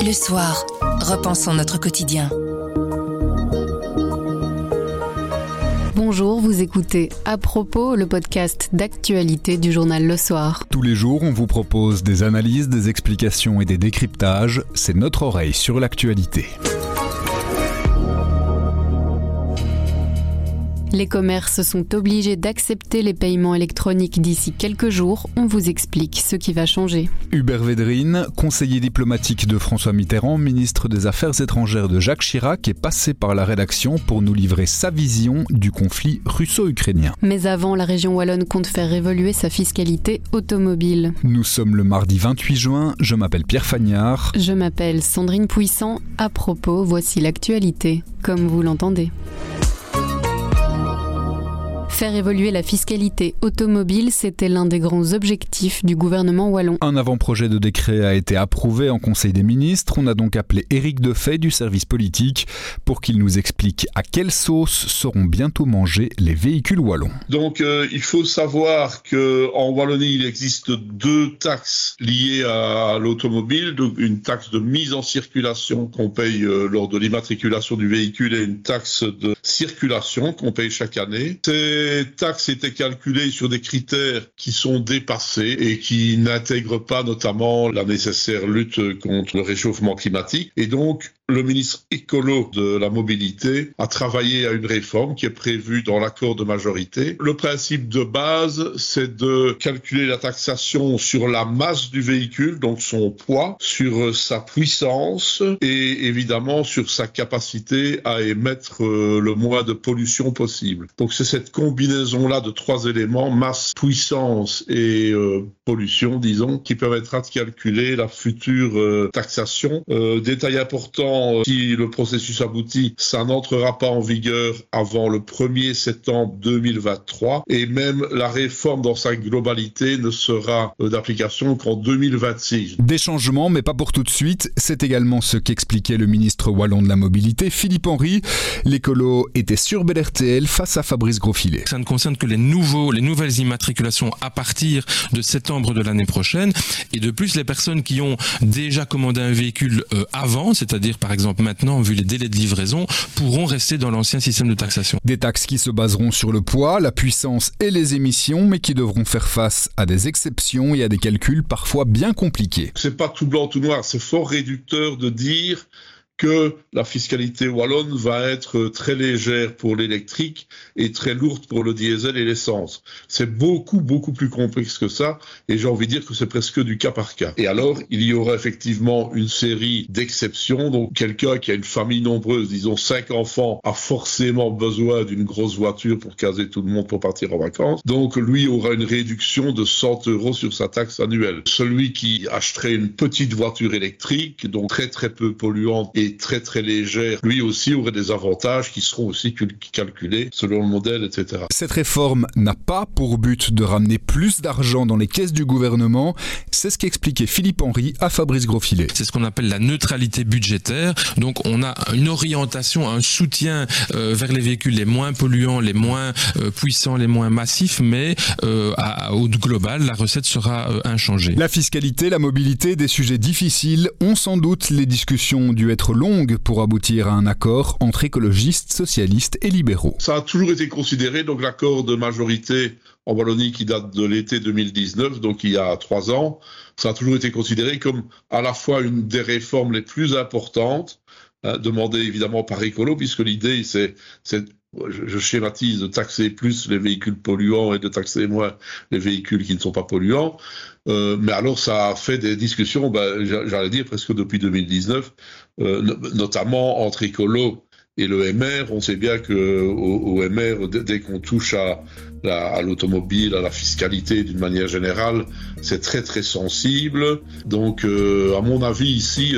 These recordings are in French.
Le soir, repensons notre quotidien. Bonjour, vous écoutez À propos, le podcast d'actualité du journal Le Soir. Tous les jours, on vous propose des analyses, des explications et des décryptages. C'est notre oreille sur l'actualité. Les commerces sont obligés d'accepter les paiements électroniques d'ici quelques jours. On vous explique ce qui va changer. Hubert Védrine, conseiller diplomatique de François Mitterrand, ministre des Affaires étrangères de Jacques Chirac, est passé par la rédaction pour nous livrer sa vision du conflit russo-ukrainien. Mais avant, la région wallonne compte faire évoluer sa fiscalité automobile. Nous sommes le mardi 28 juin, je m'appelle Pierre Fagnard. Je m'appelle Sandrine Puissant. À propos, voici l'actualité, comme vous l'entendez. Faire évoluer la fiscalité automobile, c'était l'un des grands objectifs du gouvernement wallon. Un avant-projet de décret a été approuvé en Conseil des ministres. On a donc appelé Éric Defay du service politique pour qu'il nous explique à quelle sauce seront bientôt mangés les véhicules wallons. Donc il faut savoir qu'en Wallonie, il existe 2 taxes liées à l'automobile. Donc une taxe de mise en circulation qu'on paye lors de l'immatriculation du véhicule et une taxe de circulation qu'on paye chaque année. Ces taxes étaient calculées sur des critères qui sont dépassés et qui n'intègrent pas notamment la nécessaire lutte contre le réchauffement climatique. Et donc, le ministre écolo de la mobilité a travaillé à une réforme qui est prévue dans l'accord de majorité. Le principe de base, c'est de calculer la taxation sur la masse du véhicule, donc son poids, sur sa puissance et évidemment sur sa capacité à émettre le moins de pollution possible. Donc c'est cette combinaison-là de 3 éléments, masse, puissance et pollution, disons, qui permettra de calculer la future taxation. Détail important, si le processus aboutit, ça n'entrera pas en vigueur avant le 1er septembre 2023 et même la réforme dans sa globalité ne sera d'application qu'en 2026. Des changements, mais pas pour tout de suite. C'est également ce qu'expliquait le ministre wallon de la Mobilité, Philippe Henry. L'écolo était sur Bel RTL face à Fabrice Grosfilet. Ça ne concerne que les nouvelles immatriculations à partir de septembre de l'année prochaine. Et de plus, les personnes qui ont déjà commandé un véhicule avant, c'est-à-dire par exemple maintenant, vu les délais de livraison, pourront rester dans l'ancien système de taxation. Des taxes qui se baseront sur le poids, la puissance et les émissions, mais qui devront faire face à des exceptions et à des calculs parfois bien compliqués. C'est pas tout blanc, tout noir, c'est fort réducteur de dire que la fiscalité wallonne va être très légère pour l'électrique et très lourde pour le diesel et l'essence. C'est beaucoup plus complexe que ça et j'ai envie de dire que c'est presque du cas par cas. Et alors, il y aura effectivement une série d'exceptions. Donc, quelqu'un qui a une famille nombreuse, disons 5 enfants, a forcément besoin d'une grosse voiture pour caser tout le monde pour partir en vacances. Donc, lui aura une réduction de 100 € sur sa taxe annuelle. Celui qui achèterait une petite voiture électrique, donc très peu polluante et très légère, lui aussi aurait des avantages qui seront aussi calculés selon le modèle, etc. Cette réforme n'a pas pour but de ramener plus d'argent dans les caisses du gouvernement. C'est ce qu'expliquait Philippe Henry à Fabrice Grosfilet. C'est ce qu'on appelle la neutralité budgétaire. Donc on a une orientation, un soutien vers les véhicules les moins polluants, les moins puissants, les moins massifs, mais au global, la recette sera inchangée. La fiscalité, la mobilité, des sujets difficiles. On sans doute les discussions ont dû être longue pour aboutir à un accord entre écologistes, socialistes et libéraux. Ça a toujours été considéré, donc l'accord de majorité en Wallonie qui date de l'été 2019, donc il y a 3 ans, ça a toujours été considéré comme à la fois une des réformes les plus importantes, demandée évidemment par écolo, puisque l'idée c'est je schématise, de taxer plus les véhicules polluants et de taxer moins les véhicules qui ne sont pas polluants. Mais alors ça a fait des discussions, j'allais dire presque depuis 2019, notamment entre écolo et le MR. On sait bien qu'au MR, dès qu'on touche à l'automobile, à la fiscalité d'une manière générale, c'est très sensible. Donc à mon avis ici,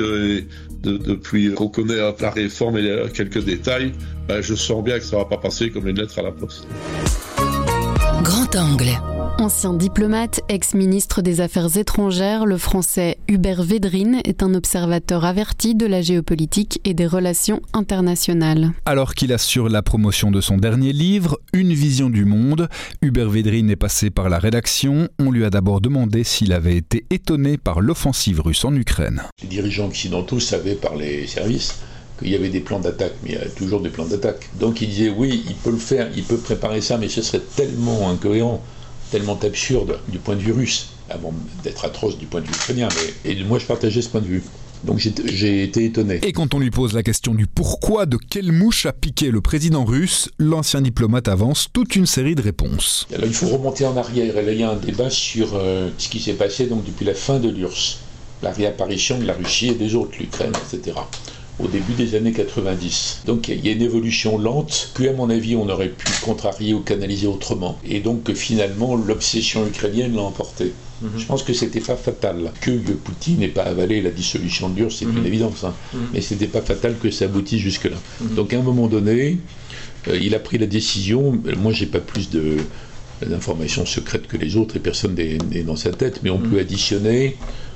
depuis qu'on connaît la réforme et quelques détails, je sens bien que ça va pas passer comme une lettre à la poste. Grand angle. Ancien diplomate, ex-ministre des Affaires étrangères, le français Hubert Védrine est un observateur averti de la géopolitique et des relations internationales. Alors qu'il assure la promotion de son dernier livre, Une vision du monde, Hubert Védrine est passé par la rédaction. On lui a d'abord demandé s'il avait été étonné par l'offensive russe en Ukraine. Les dirigeants occidentaux savaient par les services qu'il y avait des plans d'attaque, mais il y a toujours des plans d'attaque. Donc il disait oui, il peut le faire, il peut préparer ça, mais ce serait tellement incohérent, tellement absurde du point de vue russe, avant d'être atroce du point de vue ukrainien. Et moi, je partageais ce point de vue. Donc j'ai été étonné. Et quand on lui pose la question du pourquoi, de quelle mouche a piqué le président russe, l'ancien diplomate avance toute une série de réponses. Alors il faut remonter en arrière. Et là, il y a un débat sur ce qui s'est passé donc, depuis la fin de l'URSS, la réapparition de la Russie et des autres, l'Ukraine, etc. Au début des années 90. Donc il y a une évolution lente que, à mon avis, on aurait pu contrarier ou canaliser autrement. Et donc finalement, l'obsession ukrainienne l'a emporté. Je pense que c'était pas fatal. Que Poutine n'ait pas avalé la dissolution de l'URSS, c'est une évidence. Mais c'était pas fatal que ça aboutisse jusque-là. Donc à un moment donné, il a pris la décision. Moi, j'ai pas plus d'informations secrètes que les autres et personne n'est dans sa tête, mais on peut additionner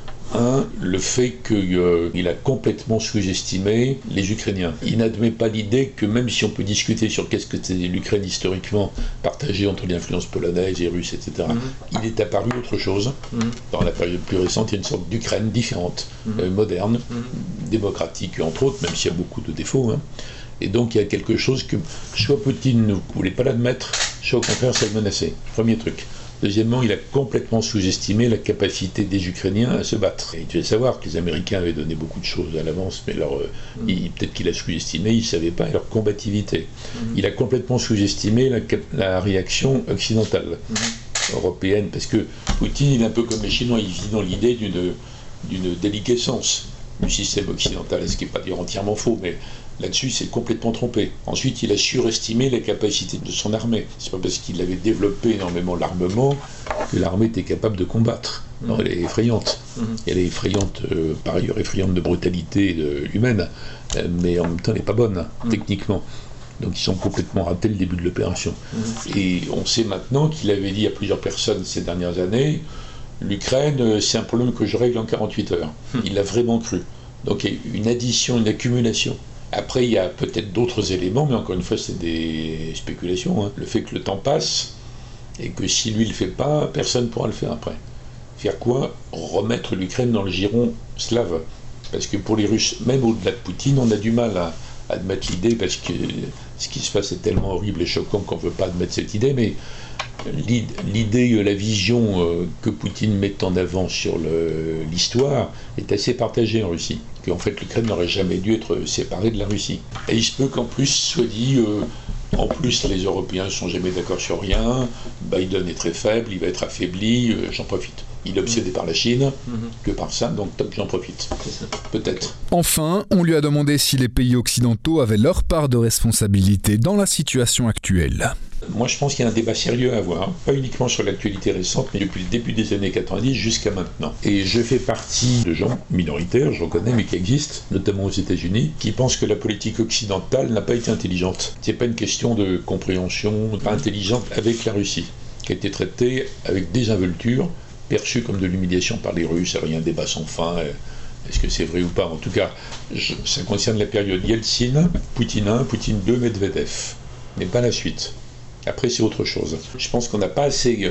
le fait qu'il a complètement sous-estimé les Ukrainiens. Il n'admet pas l'idée que même si on peut discuter sur qu'est-ce que c'est l'Ukraine historiquement partagée entre l'influence polonaise et russe, etc., il est apparu autre chose. Dans la période plus récente, il y a une sorte d'Ukraine différente, moderne, démocratique entre autres, même s'il y a beaucoup de défauts. Et donc il y a quelque chose que soit Poutine ne voulait pas l'admettre, soit au contraire ça le menaçait. Premier truc. Deuxièmement, il a complètement sous-estimé la capacité des Ukrainiens à se battre. Et il devait savoir que les Américains avaient donné beaucoup de choses à l'avance, mais peut-être qu'il a sous-estimé, il ne savait pas leur combativité. Il a complètement sous-estimé la réaction occidentale, européenne, parce que Poutine, il est un peu comme les Chinois, il vit dans l'idée d'une déliquescence du système occidental, ce qui n'est pas dire entièrement faux, mais là-dessus, c'est complètement trompé. Ensuite, il a surestimé la capacité de son armée. C'est pas parce qu'il avait développé énormément l'armement que l'armée était capable de combattre. Non, elle est effrayante. Elle est effrayante, par ailleurs effrayante de brutalité humaine, mais en même temps, elle n'est pas bonne, techniquement. Donc ils sont complètement ratés le début de l'opération. Et on sait maintenant qu'il avait dit à plusieurs personnes ces dernières années, l'Ukraine, c'est un problème que je règle en 48 heures. Il l'a vraiment cru. Donc il y a une addition, une accumulation. Après, il y a peut-être d'autres éléments, mais encore une fois, c'est des spéculations. Le fait que le temps passe, et que si lui ne le fait pas, personne ne pourra le faire après. Faire quoi? Remettre l'Ukraine dans le giron slave. Parce que pour les Russes, même au-delà de Poutine, on a du mal à admettre l'idée, parce que ce qui se passe est tellement horrible et choquant qu'on ne veut pas admettre cette idée, mais l'idée, la vision que Poutine met en avant sur l'histoire est assez partagée en Russie. Qu'en fait l'Ukraine n'aurait jamais dû être séparée de la Russie. Et il se peut qu'en plus soit dit, en plus les Européens ne sont jamais d'accord sur rien, Biden est très faible, il va être affaibli, j'en profite. Il est obsédé par la Chine, que par ça, donc top, j'en profite. Peut-être. Enfin, on lui a demandé si les pays occidentaux avaient leur part de responsabilité dans la situation actuelle. Moi, je pense qu'il y a un débat sérieux à avoir, pas uniquement sur l'actualité récente, mais depuis le début des années 90 jusqu'à maintenant. Et je fais partie de gens minoritaires, j'en connais, mais qui existent, notamment aux États-Unis, qui pensent que la politique occidentale n'a pas été intelligente. C'est pas une question de compréhension, pas intelligente avec la Russie, qui a été traitée avec désinvolture, perçue comme de l'humiliation par les Russes. Alors il y a un débat sans fin. Est-ce que c'est vrai ou pas? En tout cas, ça concerne la période Yeltsin, Poutine 1, Poutine 2, Medvedev, mais pas la suite. Après, c'est autre chose. Je pense qu'on n'a pas assez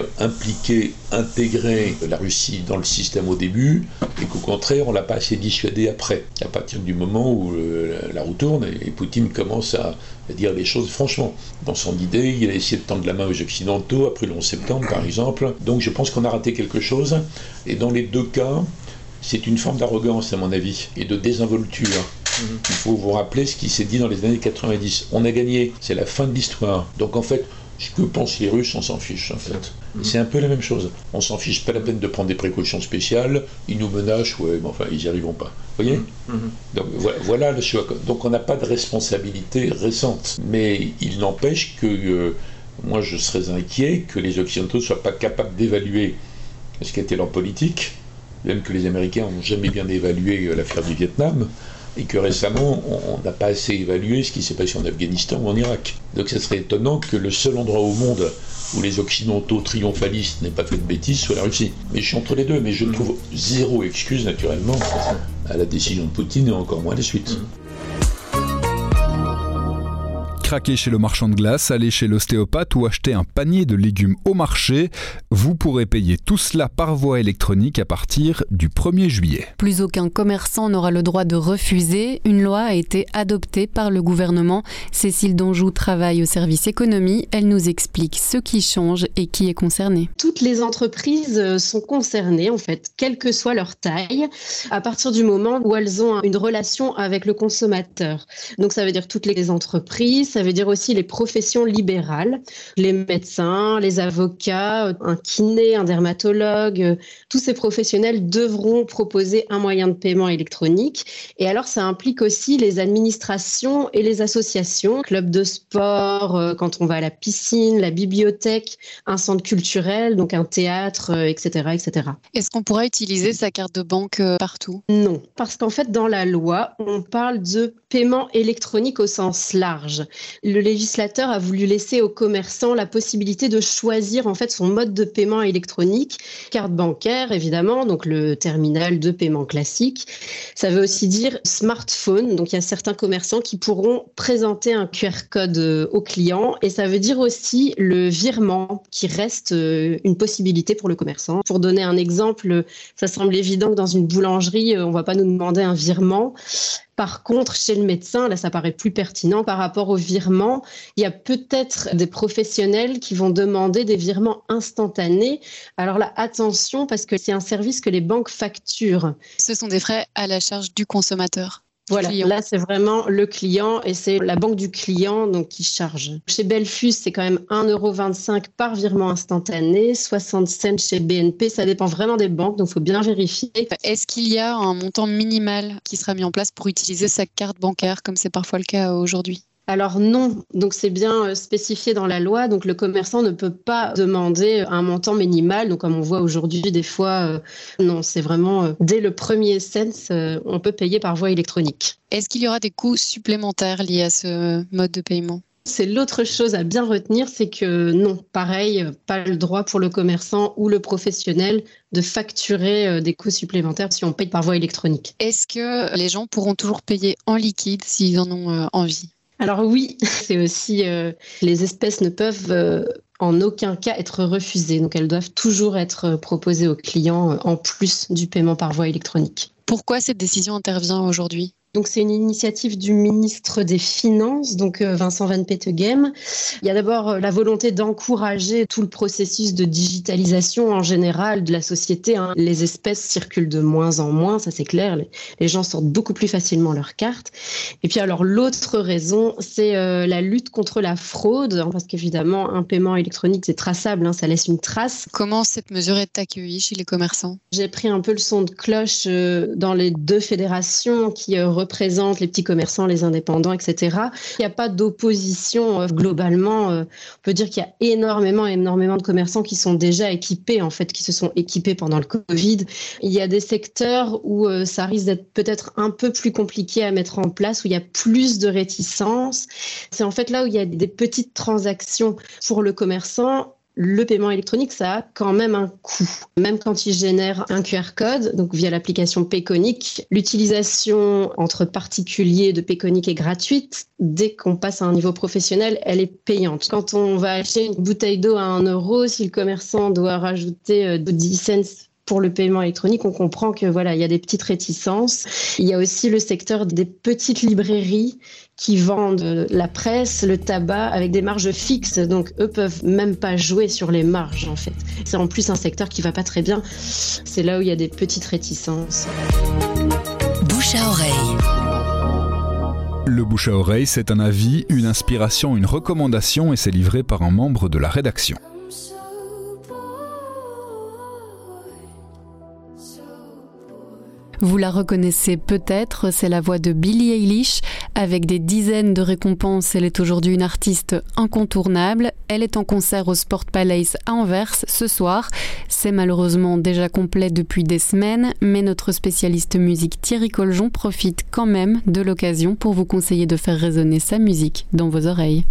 intégré la Russie dans le système au début, et qu'au contraire, on ne l'a pas assez dissuadé après. À partir du moment où la roue tourne, et Poutine commence à dire les choses franchement. Dans son idée, il a essayé de tendre la main aux Occidentaux, après le 11 septembre, par exemple. Donc je pense qu'on a raté quelque chose, et dans les deux cas, c'est une forme d'arrogance, à mon avis, et de désinvolture. Il faut vous rappeler ce qui s'est dit dans les années 90. On a gagné, c'est la fin de l'histoire. Donc en fait, ce que pensent les Russes, on s'en fiche en fait. C'est un peu la même chose. On s'en fiche, pas la peine de prendre des précautions spéciales, ils nous menacent, ouais, mais enfin, ils n'y arriveront pas. Vous voyez? Donc voilà le choix. Donc on n'a pas de responsabilité récente. Mais il n'empêche que moi je serais inquiet que les Occidentaux ne soient pas capables d'évaluer ce qu'était leur politique, même que les Américains n'ont jamais bien évalué l'affaire du Vietnam, et que récemment, on n'a pas assez évalué ce qui s'est passé en Afghanistan ou en Irak. Donc ça serait étonnant que le seul endroit au monde où les Occidentaux triomphalistes n'aient pas fait de bêtises soit la Russie. Mais je suis entre les deux, mais je trouve zéro excuse, naturellement, à la décision de Poutine et encore moins les suites. Craquer chez le marchand de glace, aller chez l'ostéopathe ou acheter un panier de légumes au marché, vous pourrez payer tout cela par voie électronique à partir du 1er juillet. Plus aucun commerçant n'aura le droit de refuser. Une loi a été adoptée par le gouvernement. Cécile Donjou travaille au service économie. Elle nous explique ce qui change et qui est concerné. Toutes les entreprises sont concernées, en fait, quelle que soit leur taille, à partir du moment où elles ont une relation avec le consommateur. Donc ça veut dire toutes les entreprises, ça veut dire aussi les professions libérales, les médecins, les avocats, un kiné, un dermatologue. Tous ces professionnels devront proposer un moyen de paiement électronique. Et alors, ça implique aussi les administrations et les associations, clubs de sport, quand on va à la piscine, la bibliothèque, un centre culturel, donc un théâtre, etc., etc. Est-ce qu'on pourra utiliser sa carte de banque partout ? Non, parce qu'en fait, dans la loi, on parle de paiement électronique au sens large. Le législateur a voulu laisser aux commerçants la possibilité de choisir en fait son mode de paiement électronique, carte bancaire évidemment, donc le terminal de paiement classique. Ça veut aussi dire smartphone, donc il y a certains commerçants qui pourront présenter un QR code aux clients et ça veut dire aussi le virement qui reste une possibilité pour le commerçant. Pour donner un exemple, ça semble évident que dans une boulangerie, on ne va pas nous demander un virement. Par contre, chez le médecin, là, ça paraît plus pertinent par rapport au virement. Il y a peut-être des professionnels qui vont demander des virements instantanés. Alors là, attention, parce que c'est un service que les banques facturent. Ce sont des frais à la charge du consommateur. Voilà, là c'est vraiment le client et c'est la banque du client donc, qui charge. Chez Belfus, c'est quand même 1,25 € par virement instantané, 60 cents chez BNP, ça dépend vraiment des banques, donc il faut bien vérifier. Est-ce qu'il y a un montant minimal qui sera mis en place pour utiliser sa carte bancaire, comme c'est parfois le cas aujourd'hui ? Alors non, donc c'est bien spécifié dans la loi, donc le commerçant ne peut pas demander un montant minimal, donc comme on voit aujourd'hui des fois, non, c'est vraiment dès le premier cent, on peut payer par voie électronique. Est-ce qu'il y aura des coûts supplémentaires liés à ce mode de paiement ? C'est l'autre chose à bien retenir, c'est que non, pareil, pas le droit pour le commerçant ou le professionnel de facturer des coûts supplémentaires si on paye par voie électronique. Est-ce que les gens pourront toujours payer en liquide s'ils en ont envie ? Alors oui, c'est aussi les espèces ne peuvent en aucun cas être refusées. Donc elles doivent toujours être proposées aux clients en plus du paiement par voie électronique. Pourquoi cette décision intervient aujourd'hui ? Donc c'est une initiative du ministre des Finances, donc Vincent Van Peteghem. Il y a d'abord la volonté d'encourager tout le processus de digitalisation en général de la société. Les espèces circulent de moins en moins, ça c'est clair. Les gens sortent beaucoup plus facilement leurs cartes. Et puis alors l'autre raison, c'est la lutte contre la fraude, parce qu'évidemment un paiement électronique c'est traçable, ça laisse une trace. Comment cette mesure est accueillie chez les commerçants ? J'ai pris un peu le son de cloche dans les deux fédérations qui représentent les petits commerçants, les indépendants, etc. Il n'y a pas d'opposition globalement. On peut dire qu'il y a énormément de commerçants qui sont déjà équipés, en fait, qui se sont équipés pendant le Covid. Il y a des secteurs où ça risque d'être peut-être un peu plus compliqué à mettre en place, où il y a plus de réticence. C'est en fait là où il y a des petites transactions pour le commerçant. Le paiement électronique, ça a quand même un coût. Même quand il génère un QR code, donc via l'application Payconic, l'utilisation entre particuliers de Payconic est gratuite. Dès qu'on passe à un niveau professionnel, elle est payante. Quand on va acheter une bouteille d'eau à 1 €, si le commerçant doit rajouter 10 cents pour le paiement électronique, on comprend que voilà, il y a des petites réticences. Il y a aussi le secteur des petites librairies qui vendent la presse, le tabac avec des marges fixes. Donc, eux peuvent même pas jouer sur les marges, en fait. C'est en plus un secteur qui va pas très bien. C'est là où il y a des petites réticences. Bouche à oreille. Le bouche à oreille, c'est un avis, une inspiration, une recommandation et c'est livré par un membre de la rédaction. Vous la reconnaissez peut-être, c'est la voix de Billie Eilish. Avec des dizaines de récompenses, elle est aujourd'hui une artiste incontournable. Elle est en concert au Sport Palace à Anvers ce soir. C'est malheureusement déjà complet depuis des semaines, mais notre spécialiste musique Thierry Coljon profite quand même de l'occasion pour vous conseiller de faire résonner sa musique dans vos oreilles.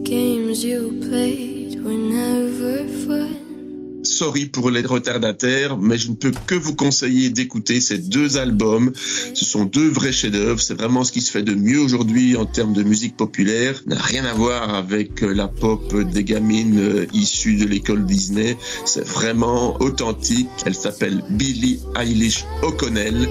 Sorry pour les retardataires, mais je ne peux que vous conseiller d'écouter ces 2 albums. Ce sont 2 vrais chefs-d'œuvre. C'est vraiment ce qui se fait de mieux aujourd'hui en termes de musique populaire. Ça n'a rien à voir avec la pop des gamines issues de l'école Disney. C'est vraiment authentique. Elle s'appelle Billie Eilish O'Connell.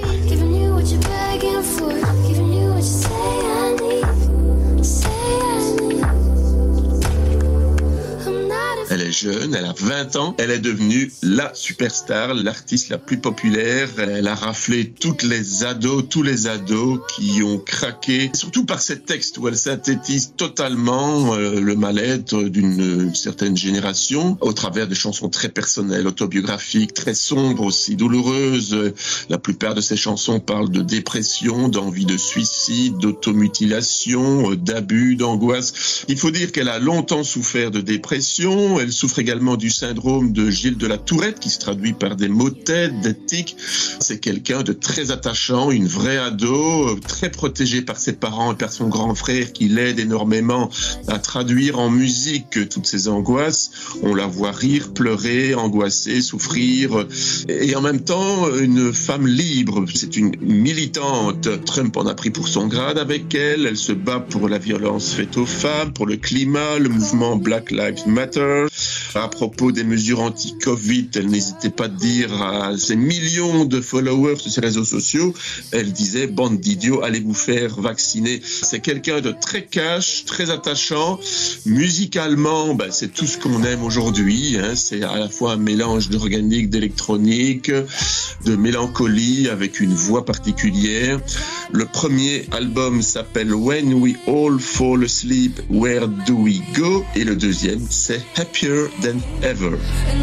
Elle est jeune, elle a 20 ans, elle est devenue la superstar, l'artiste la plus populaire. Elle a raflé tous les ados qui ont craqué, surtout par ses textes où elle synthétise totalement le mal-être d'une certaine génération au travers de chansons très personnelles, autobiographiques, très sombres aussi, douloureuses. La plupart de ces chansons parlent de dépression, d'envie de suicide, d'automutilation, d'abus, d'angoisse. Il faut dire qu'elle a longtemps souffert de dépression. Elle souffre également du syndrome de Gilles de la Tourette qui se traduit par des maux de tête, des tics. C'est quelqu'un de très attachant, une vraie ado, très protégée par ses parents et par son grand frère qui l'aide énormément à traduire en musique toutes ses angoisses. On la voit rire, pleurer, angoisser, souffrir et en même temps une femme libre. C'est une militante. Trump en a pris pour son grade avec elle. Elle se bat pour la violence faite aux femmes, pour le climat, le mouvement Black Lives Matter. À propos des mesures anti-Covid, elle n'hésitait pas à dire à ses millions de followers sur ses réseaux sociaux, elle disait « Bande d'idiots, allez vous faire vacciner ». C'est quelqu'un de très cash, très attachant. Musicalement, c'est tout ce qu'on aime aujourd'hui. C'est à la fois un mélange d'organique, d'électronique, de mélancolie avec une voix particulière. Le premier album s'appelle « When We All Fall Asleep, Where Do We Go ?» et le deuxième, c'est « Happier Than Ever ».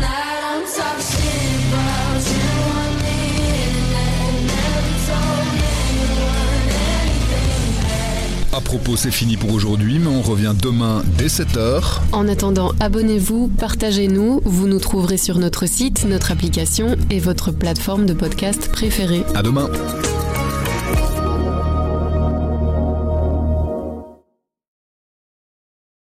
À propos, c'est fini pour aujourd'hui, mais on revient demain dès 7h. En attendant, abonnez-vous, partagez-nous. Vous nous trouverez sur notre site, notre application et votre plateforme de podcast préférée. À demain.